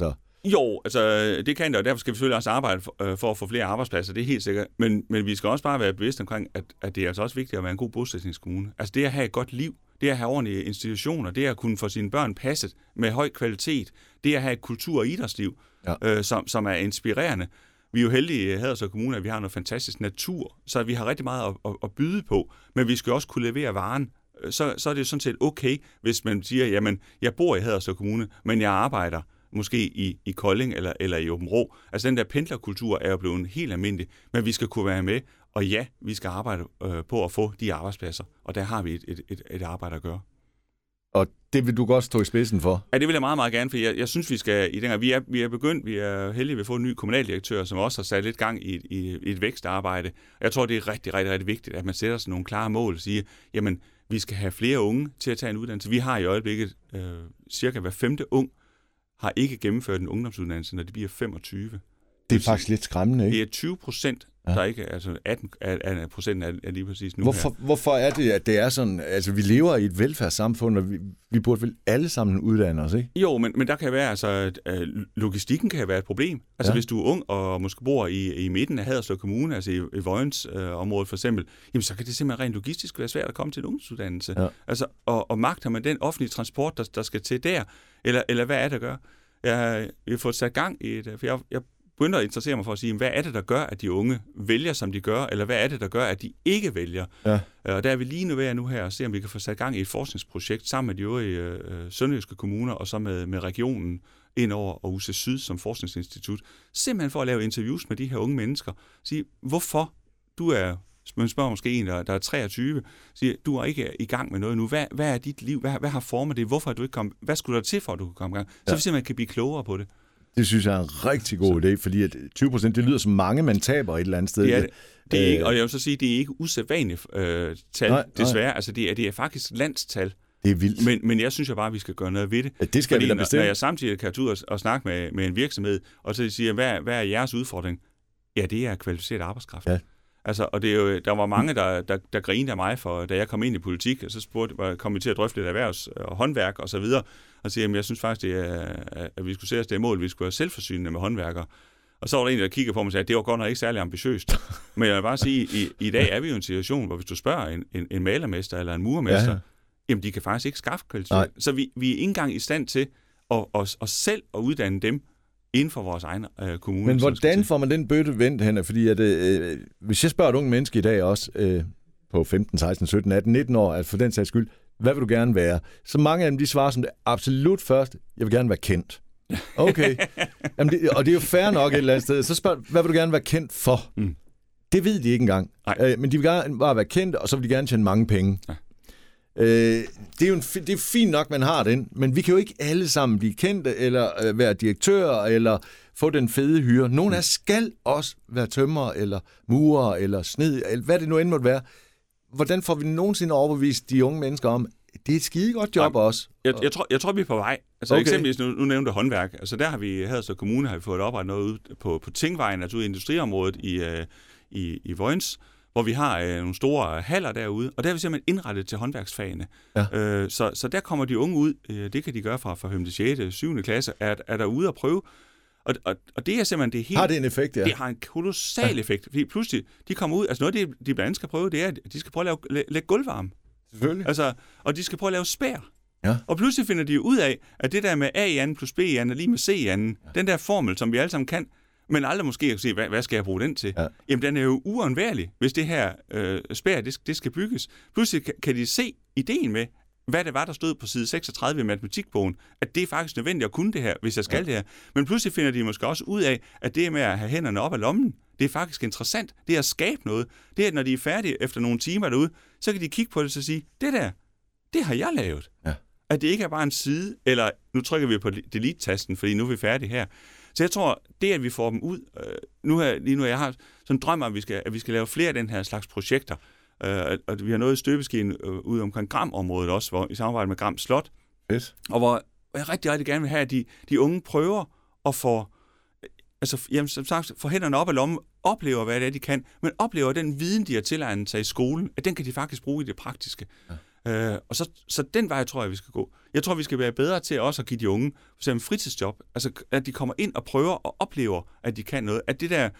Jo, altså det kan det, og derfor skal vi selvfølgelig også arbejde for, øh, for at få flere arbejdspladser, det er helt sikkert. Men, men vi skal også bare være bevidste omkring, at, at det er altså også vigtigt at være en god bosætningskommune. Altså det at have et godt liv, det at have ordentlige institutioner, det at kunne få sine børn passet med høj kvalitet, det at have et kultur- og idrætsliv, ja. øh, som, som er inspirerende. Vi er jo heldige i Haderslev Kommune, at vi har noget fantastisk natur, så vi har rigtig meget at, at, at byde på, men vi skal også kunne levere varen. Så, så er det sådan set okay, hvis man siger, jamen, jeg bor i Haderslev Kommune, men jeg arbejder måske i, i Kolding eller, eller i Aabenraa. Altså den der pendlerkultur er jo blevet helt almindelig, men vi skal kunne være med, og ja, vi skal arbejde øh, på at få de arbejdspladser, og der har vi et, et, et, et arbejde at gøre. Og det vil du godt stå i spidsen for? Ja, det vil jeg meget, meget gerne, for jeg, jeg synes, vi skal i den her, vi er, vi er begyndt, vi er heldige ved at få en ny kommunaldirektør, som også har sat lidt gang i, i, i et vækstarbejde. Jeg tror, det er rigtig, rigtig, rigtig vigtigt, at man sætter sig nogle klare mål og siger, jamen, vi skal have flere unge til at tage en uddannelse. Vi har i øjeblikket øh, cirka hver femte ung har ikke gennemført en ungdomsuddannelse, når de bliver femogtyve. Det er faktisk lidt skræmmende, ikke? Det er tyve procent, ja. Der ikke, altså atten procent er, er lige præcis nu hvorfor, her. Hvorfor er det, at det er sådan, altså vi lever i et velfærdssamfund, og vi, vi burde vel alle sammen uddanne os, ikke? Jo, men, men der kan være, altså logistikken kan være et problem. Altså ja. Hvis du er ung og måske bor i, i midten af Haderslev Kommune, altså i, i Vojens øh, område for eksempel, jamen så kan det simpelthen rent logistisk være svært at komme til en ungdomsuddannelse. Ja. Altså, og, og magter man den offentlige transport, der, der skal til der, eller, eller hvad er det, der gør? Jeg, jeg har fået sat gang i et, for jeg, jeg begynder at interessere mig for at sige, hvad er det, der gør, at de unge vælger, som de gør, eller hvad er det, der gør, at de ikke vælger? Ja. Og der er vi lige nu ved nu her og se, om vi kan få sat gang i et forskningsprojekt sammen med de øvrige øh, sønderjyske kommuner, og så med, med regionen indover og U C Syd som forskningsinstitut, simpelthen for at lave interviews med de her unge mennesker. Sige, hvorfor du er, man spørger måske en, der, der er treogtyve, siger, du er ikke i gang med noget nu. Hvad, hvad er dit liv? Hvad, hvad har formet det? Hvorfor er du ikke kommet? Hvad skulle der til, for at du kan komme i gang? Så ja. Vi simpelthen kan blive klogere på det. Det synes jeg er en rigtig god så. idé, fordi at tyve procent, det lyder som mange, man taber et eller andet sted. Det er, det. Det er ikke, og jeg vil så sige, det er ikke usædvanligt øh, tal, nej, desværre. Nej. Altså, det er, det er faktisk landstal. Det er vildt. Men, men jeg synes jo bare, at vi skal gøre noget ved det. Ja, det skal fordi, vi da bestemme. Når jeg samtidig kan tage ud og, og snakke med, med en virksomhed, og så siger, hvad, hvad er jeres udfordring? Ja, det er kvalificeret arbejdskraft. Ja. Altså, og det er jo, der var mange, der, der, der grinede af mig, for, da jeg kom ind i politik, og så spurgte, kom vi til at drøfte lidt erhvervs- og håndværk og så videre, og siger, at jeg synes faktisk, det er, at vi skulle se os det mål, at vi skulle være selvforsynende med håndværkere. Og så var der en, der kiggede på mig og sagde, at det var godt nok ikke særlig ambitiøst. Men jeg vil bare sige, at i, i dag er vi jo i en situation, hvor hvis du spørger en, en, en malermester eller en murermester, ja. Jamen de kan faktisk ikke skaffe kvalitet. Så vi, vi er ikke engang i stand til at, at, at selv at uddanne dem, inden for vores egen øh, kommune. Men hvordan får man den bøtte vendt hen? Fordi at, øh, hvis jeg spørger et unge menneske i dag også, øh, på femten, seksten, sytten, atten, nitten år, at for den sags skyld, hvad vil du gerne være? Så mange af dem, de svarer som det absolut første, jeg vil gerne være kendt. Okay. Jamen, det, og det er jo fair nok et eller andet sted. Så spørger hvad vil du gerne være kendt for? Mm. Det ved de ikke engang. Øh, men de vil gerne bare være kendt, og så vil de gerne tjene mange penge. Ja. Øh, det er jo en, det er fint nok, man har den, men vi kan jo ikke alle sammen blive kendte, eller øh, være direktører, eller få den fede hyre. Nogle af os skal også være tømrer, eller murer, eller sned, eller hvad det nu end måtte være. Hvordan får vi nogensinde overbevist de unge mennesker om, det er et skide godt job ja, også? Jeg, jeg, tror, jeg tror, vi er på vej. Altså okay. Eksempelvis, nu, nu nævnte håndværk. Altså der har vi, Haderslev Kommune, har vi fået oprettet noget ude på, på Tingvejen, altså ude i industriområdet i, øh, i, i Vojens, hvor vi har øh, nogle store haller derude, og der er vi simpelthen indrettet til håndværksfagene. Ja. Øh, så, så der kommer de unge ud, øh, det kan de gøre fra, fra femte, sjette, syvende klasse, er, er der ude at prøve. Og, og, og det er simpelthen det helt... Har det en effekt, ja? Det har en kolossal ja. effekt, fordi pludselig, de kommer ud, altså noget, de, de blandt andet skal prøve, det er, at de skal prøve at lave, lægge gulvvarme. Selvfølgelig. Altså, og de skal prøve at lave spær. Ja. Og pludselig finder de ud af, at det der med A i anden plus B i anden er lige med C i anden, ja. Den der formel, som vi alle sammen kan, men aldrig måske kan sige, hvad, hvad skal jeg bruge den til? Ja. Jamen, den er jo uundværlig, hvis det her øh, spær, det, det skal bygges. Pludselig kan, kan de se ideen med, hvad det var, der stod på side seksogtredive i matematikbogen, at det er faktisk nødvendigt at kunne det her, hvis jeg skal ja. det her. Men pludselig finder de måske også ud af, at det med at have hænderne op af lommen, det er faktisk interessant. Det er at skabe noget. Det er, at når de er færdige efter nogle timer derude, så kan de kigge på det og sige, det der, det har jeg lavet. Ja. At det ikke er bare en side, eller nu trykker vi på delete-tasten, fordi nu er vi færdige her. Så jeg tror, det at vi får dem ud, øh, nu her, lige nu jeg har sådan en drøm om, at vi skal, at vi skal lave flere af den her slags projekter, øh, og vi har noget i støbeskeen øh, ude omkring Gram-området også, hvor i samarbejde med Gram Slot, yes. og hvor jeg rigtig, rigtig gerne vil have, at de, de unge prøver at få, altså, jamen, som sagt, få hænderne op af lommen, oplever, hvad det er, de kan, men oplever den viden, de har tilegnet sig i skolen, at den kan de faktisk bruge i det praktiske. Ja. Øh, og så, så den vej, tror jeg, vi skal gå. Jeg tror, vi skal være bedre til også at give de unge for eksempel fritidsjob. Altså, at de kommer ind og prøver og oplever, at de kan noget. At det der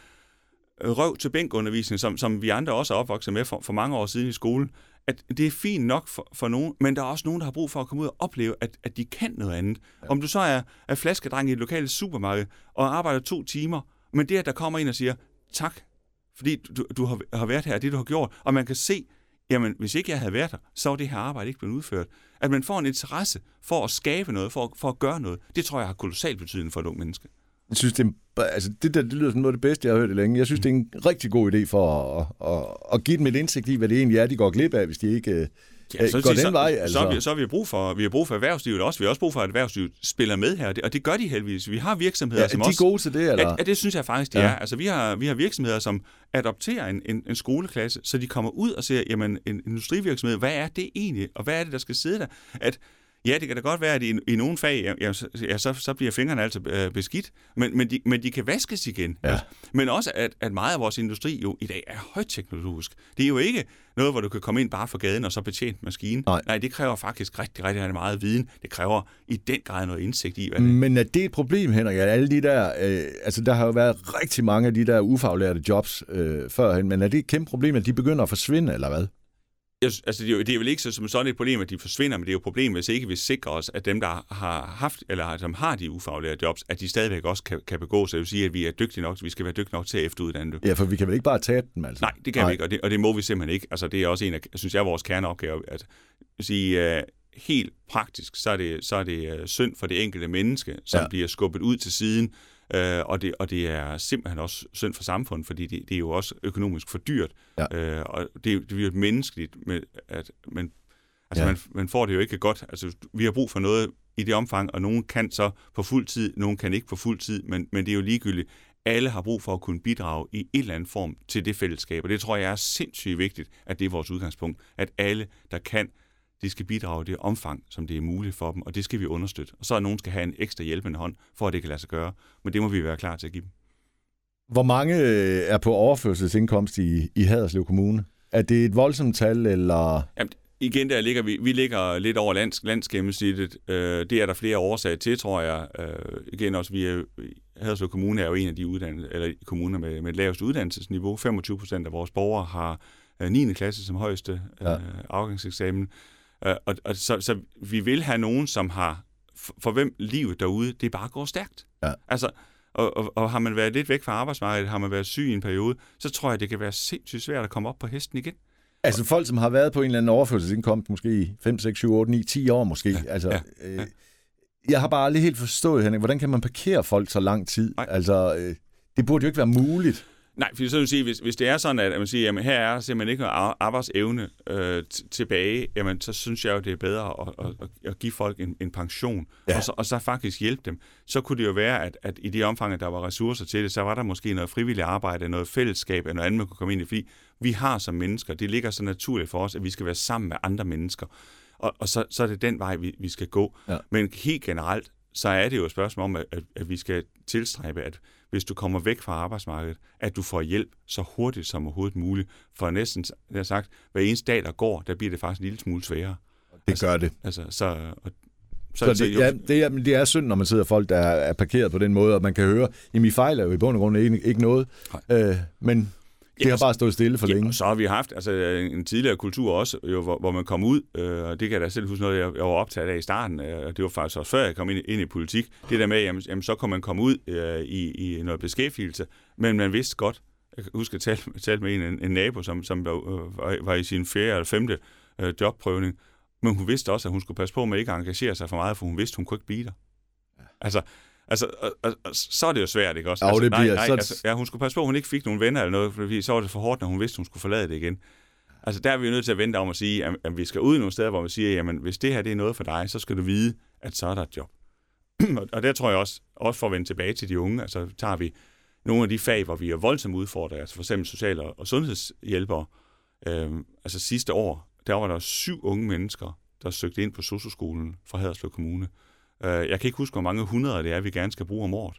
røv til bænkundervisning, som, som vi andre også er opvokset med for, for mange år siden i skolen, at det er fint nok for, for nogen, men der er også nogen, der har brug for at komme ud og opleve, at, at de kan noget andet. Ja. Om du så er, er flaskedreng i et lokalt supermarked og arbejder to timer, men det, at der kommer ind og siger, tak, fordi du, du har, har været her, det du har gjort, og man kan se, jamen, hvis ikke jeg havde været der, så var det her arbejde ikke blevet udført. At man får en interesse for at skabe noget, for, for at gøre noget, det tror jeg har kolossal betydning for et ungt menneske. Jeg synes, det, er, altså, det, der, det lyder som noget af det bedste, jeg har hørt det længe. Jeg synes, det er en rigtig god idé for at, at, at give dem et indsigt i, hvad det egentlig er, de går glip af, hvis de ikke ja, så går den så, vej. Altså. Så, så, vi, så har vi brug for, vi har brug for erhvervslivet også. Vi har også brug for, at erhvervslivet spiller med her, og det, og det gør de heldigvis. Vi har virksomheder, ja, som er de også... gode til det, eller? Ja, ja, det synes jeg faktisk, de ja. er. Altså, vi har, vi har virksomheder, som adopterer en, en, en skoleklasse, så de kommer ud og siger, jamen, en industrivirksomhed, hvad er det egentlig, og hvad er det, der skal sidde der? At ja, det kan da godt være, at i, i nogle fag, ja, så, ja, så, så bliver fingrene altså øh, beskidt, men, men, de, men de kan vaskes igen. Ja. Altså. Men også, at, at meget af vores industri jo i dag er højteknologisk. Det er jo ikke noget, hvor du kan komme ind bare fra gaden og så betjene maskinen. Nej. Nej, det kræver faktisk rigtig, rigtig, rigtig meget viden. Det kræver i den grad noget indsigt i, hvad det er. Men er det et problem, Henrik, at alle de der, øh, altså der har jo været rigtig mange af de der ufaglærte jobs øh, førhen, men er det et kæmpe problem, at de begynder at forsvinde, eller hvad? Altså, det er, jo, det er vel ikke så, som sådan et problem, at de forsvinder, men det er jo et problem, hvis ikke vi sikrer os, at dem, der har haft, eller som har de ufaglærte jobs, at de stadigvæk også kan, kan begå sig. Det vil sige, at vi er dygtige nok, vi skal være dygtige nok til at efteruddanne dem. Ja, for vi kan vel ikke bare tabe dem, altså? Nej, det kan Nej. vi ikke, og det, og det må vi simpelthen ikke. Altså, det er også en af, synes jeg, vores kerneopgaver, at sige, uh, helt praktisk, så er det, så er det uh, synd for det enkelte menneske, som ja. bliver skubbet ud til siden, Uh, og, det, og det er simpelthen også synd for samfundet, fordi det, det er jo også økonomisk for dyrt. Ja. Uh, og det, det er jo et menneskeligt, med, at man, altså ja. man, man får det jo ikke godt. Altså, vi har brug for noget i det omfang, og nogen kan så på fuld tid, nogen kan ikke på fuld tid, men, men det er jo ligegyldigt. Alle har brug for at kunne bidrage i en eller anden form til det fællesskab, og det tror jeg er sindssygt vigtigt, at det er vores udgangspunkt, at alle, der kan, de skal bidrage i det omfang, som det er muligt for dem, og det skal vi understøtte. Og så er nogen skal have en ekstra hjælpende hånd, for at det kan lade sig gøre. Men det må vi være klar til at give dem. Hvor mange er på overførselsindkomst i, i Haderslev Kommune? Er det et voldsomt tal, eller? Jamen, igen, der ligger vi, vi ligger lidt over lands, landsgennemsnittet. Øh, det er der flere årsager til, tror jeg. Øh, igen også, vi er, Haderslev Kommune er jo en af de uddannelser, eller kommuner med, med et lavest uddannelsesniveau. femogtyve procent af vores borgere har øh, niende klasse som højeste øh, afgangseksamen. Uh, og, og så, så vi vil have nogen, som har, for, for hvem livet derude, det bare går stærkt. Ja. Altså, og, og, og har man været lidt væk fra arbejdsmarkedet, har man været syg i en periode, så tror jeg, det kan være sindssygt svært at komme op på hesten igen. Altså folk, som har været på en eller anden overførselsindkomst, måske i fem, seks, syv, otte, ni, ti år måske. Ja. Altså, ja. Øh, ja. Jeg har bare aldrig helt forstået, Henrik, hvordan kan man parkere folk så lang tid? Nej. Altså, øh, det burde jo ikke være muligt. Nej, for så vil sige, hvis, hvis det er sådan, at man siger, jamen her er simpelthen ikke noget arbejdsevne øh, t- tilbage, jamen så synes jeg jo, det er bedre at, at, at give folk en, en pension, ja. og, så, og så faktisk hjælpe dem. Så kunne det jo være, at, at i det omfang, at der var ressourcer til det, så var der måske noget frivilligt arbejde, noget fællesskab, eller noget andet, man kunne komme ind i, fordi vi har som mennesker, det ligger så naturligt for os, at vi skal være sammen med andre mennesker, og, og så, så er det den vej, vi, vi skal gå. Ja. Men helt generelt, så er det jo et spørgsmål om, at, at vi skal tilstræbe, at hvis du kommer væk fra arbejdsmarkedet, at du får hjælp så hurtigt som overhovedet muligt. For næsten, jeg har sagt, hver eneste dag, der går, der bliver det faktisk en lille smule sværere. Det altså, gør det. Altså, så, og, så, så det, ja, det, er, det er synd, når man sidder folk, der er parkeret på den måde, og man kan høre, at min fejl er jo i bund og grund ikke, ikke noget. Øh, men det ja, har bare stået stille for ja, længe. Så har vi haft altså, en tidligere kultur også, jo, hvor, hvor man kom ud, øh, og det kan jeg da selv huske noget, jeg, jeg var optaget af i starten, øh, og det var faktisk også før jeg kom ind, ind i politik. Det der med, jamen, jamen så kunne man komme ud øh, i, i noget beskæftigelse, men man vidste godt, jeg kan huske at jeg talte, talte med en, en, en nabo, som, som var, øh, var i sin fjerde eller femte øh, jobprøvning, men hun vidste også, at hun skulle passe på med ikke at engagere sig for meget, for hun vidste, hun kunne ikke blive der. Altså, Altså, og, og, og, så er det jo svært, ikke også? Ja, altså, det bliver, nej, nej, så... altså, ja, hun skulle passe på, at hun ikke fik nogen venner eller noget, fordi så var det for hårdt, når hun vidste, hun skulle forlade det igen. Altså, der er vi jo nødt til at vente om at sige, at, at vi skal ud nogle steder, hvor man siger, jamen, hvis det her det er noget for dig, så skal du vide, at så er der et job. og, og der tror jeg også, også for at vende tilbage til de unge, altså tager vi nogle af de fag, hvor vi er voldsomt udfordret, altså for eksempel social- og sundhedshjælpere. Øhm, altså sidste år, der var der syv unge mennesker, der søgte ind på sosu-skolen fra Haderslev Kommune. Jeg kan ikke huske, hvor mange hundrede det er, vi gerne skal bruge om året.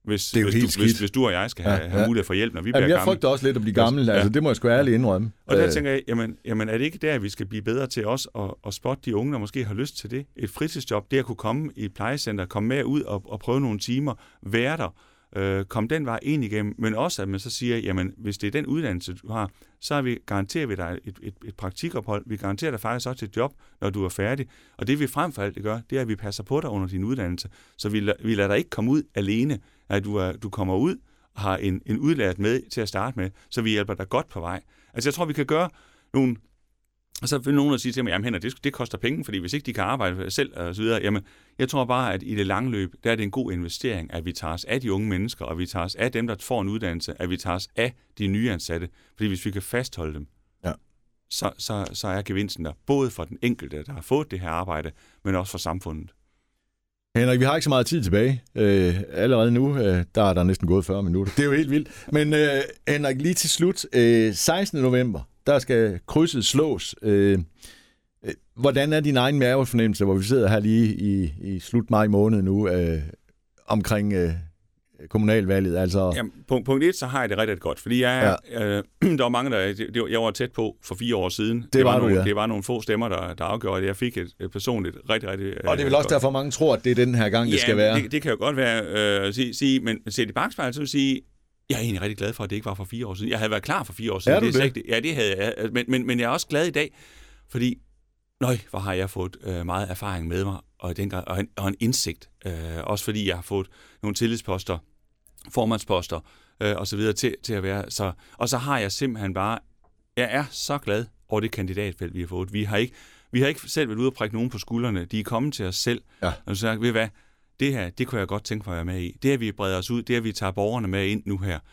hvis, det er jo hvis, helt du, hvis, hvis du og jeg skal have, ja, ja. have mulighed for hjælp, når vi jamen, bliver jeg gamle. frygter også lidt at blive gammel, ja. altså det må jeg sgu ærligt indrømme. Og der tænker jeg, jamen, jamen er det ikke der, vi skal blive bedre til os at, at spotte de unge, der måske har lyst til det? Et fritidsjob, det at kunne komme i et plejecenter, komme med ud og, og prøve nogle timer, være der, øh, komme den vej ind igennem, men også at man så siger, jamen hvis det er den uddannelse, du har, så vi, garanterer vi dig et, et, et praktikophold, vi garanterer dig faktisk også et job, når du er færdig. Og det vi frem for alt gør, det er, at vi passer på dig under din uddannelse, så vi, vi lader dig ikke komme ud alene, at du, er, du kommer ud og har en, en udlært med til at starte med, så vi hjælper dig godt på vej. Altså jeg tror, vi kan gøre nogle... Og så vil nogen at sige til mig, jamen Henrik, det, det koster penge, fordi hvis ikke de kan arbejde selv og så videre, jamen jeg tror bare, at i det lange løb, der er det en god investering, at vi tager os af de unge mennesker, og vi tager os af dem, der får en uddannelse, at vi tager os af de nyansatte, fordi hvis vi kan fastholde dem, ja. så, så, så er gevinsten der, både for den enkelte, der har fået det her arbejde, men også for samfundet. Henrik, vi har ikke så meget tid tilbage. Øh, allerede nu, øh, der er der næsten gået fyrre minutter. Det er jo helt vildt. Men øh, Henrik, lige til slut, øh, sekstende november, der skal krydset slås. Øh, hvordan er din egen mavefornemmelse, hvor vi sidder her lige i, i slut maj måned nu, øh, omkring øh, kommunalvalget? Altså... Jamen, punkt, punkt et, så har jeg det rigtig godt, fordi jeg, ja. øh, der var mange, der det, jeg var tæt på for fire år siden. Det, det, var, var nogle, ja. det var nogle få stemmer, der, der afgjorde, at jeg fik et, et personligt rigtig, rigtig... Og det er vel også derfor, mange tror, at det er den her gang, ja, det skal være. Det, det kan jo godt være øh, at sige, sige, men set i bagspejlet, så vil jeg sige, jeg er egentlig rigtig glad for, at det ikke var for fire år siden. Jeg havde været klar for fire år siden. Er du det? Er det? Ja, det havde jeg. Men, men, men jeg er også glad i dag, fordi, nøj, hvor har jeg fået øh, meget erfaring med mig, og, den grad, og, en, og en indsigt. Øh, også fordi jeg har fået nogle tillidsposter, formandsposter, øh, og så videre til, til at være. Så, og så har jeg simpelthen bare, jeg er så glad over det kandidatfelt, vi har fået. Vi har ikke, vi har ikke selv været ude og prikke nogen på skuldrene. De er kommet til os selv. Ja. Og så siger, ved hvad? Det her, det kunne jeg godt tænke mig at være med i. Det, at vi breder os ud, det, at vi tager borgerne med ind nu her.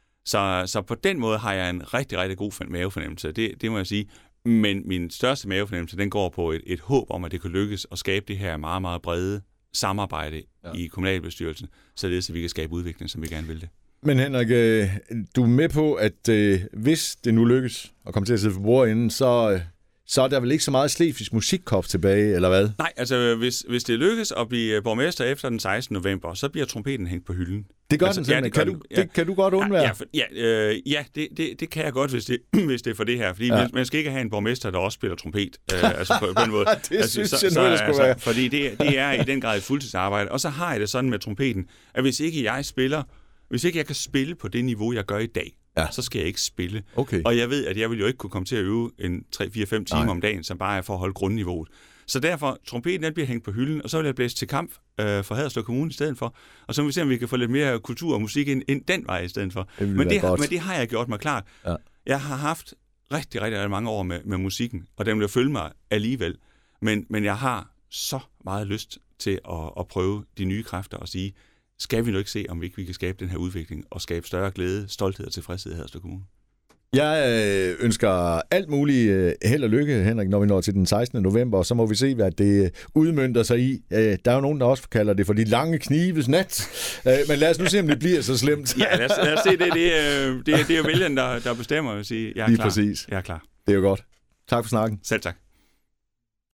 Så, så på den måde har jeg en rigtig, rigtig god mavefornemmelse. Det, det må jeg sige. Men min største mavefornemmelse, den går på et, et håb om, at det kan lykkes at skabe det her meget, meget brede samarbejde ja. i kommunalbestyrelsen, således at vi kan skabe udvikling, som vi gerne vil det. Men Henrik, du er med på, at hvis det nu lykkes at komme til at sidde for bordenden, så... Så er der vel ikke så meget slesvigsk musikkop tilbage, eller hvad? Nej, altså hvis, hvis det lykkes at blive borgmester efter den sekstende november, så bliver trompeten hængt på hylden. Det gør altså, den simpelthen. Ja, det kan, du, ja. det, kan du godt undvære? Ja, ja, ja, øh, ja det, det, det kan jeg godt, hvis det, hvis det er for det her. Fordi ja. man skal ikke have en borgmester, der også spiller trompet. Øh, altså på, på en måde. det altså, synes så, jeg nu, det skulle altså, være. Fordi det, det er i den grad et fuldtidsarbejde. Og så har jeg det sådan med trompeten, at hvis ikke jeg spiller, hvis ikke jeg kan spille på det niveau, jeg gør i dag, ja. så skal jeg ikke spille. Okay. Og jeg ved, at jeg vil jo ikke kunne komme til at øve en tre fire fem timer Nej. om dagen, som bare er for at holde grundniveauet. Så derfor, trompeten den bliver hængt på hylden, og så vil jeg blæse til kamp øh, for Haderslev Kommune i stedet for. Og så vil vi se, om vi kan få lidt mere kultur og musik ind, ind den vej i stedet for. Det men, det, men det har jeg gjort mig klart. Ja. Jeg har haft rigtig, rigtig, rigtig mange år med, med musikken, og den vil følge mig alligevel. Men, men jeg har så meget lyst til at, at prøve de nye kræfter og sige, skal vi nu ikke se, om vi ikke vi kan skabe den her udvikling og skabe større glæde, stolthed og tilfredshed i Haderslev Kommune? Jeg ønsker alt muligt held og lykke, Henrik, når vi når til den sekstende november, og så må vi se, hvad det udmønter sig i. Der er jo nogen, der også kalder det for de lange knives nat, men lad os nu se, om det bliver så slemt. Ja, lad os, lad os se, det, det, det, det er jo vælgeren, der, der bestemmer, at sige, jeg er Lige klar. præcis. Jeg er klar. Det er jo godt. Tak for snakken. Selv tak.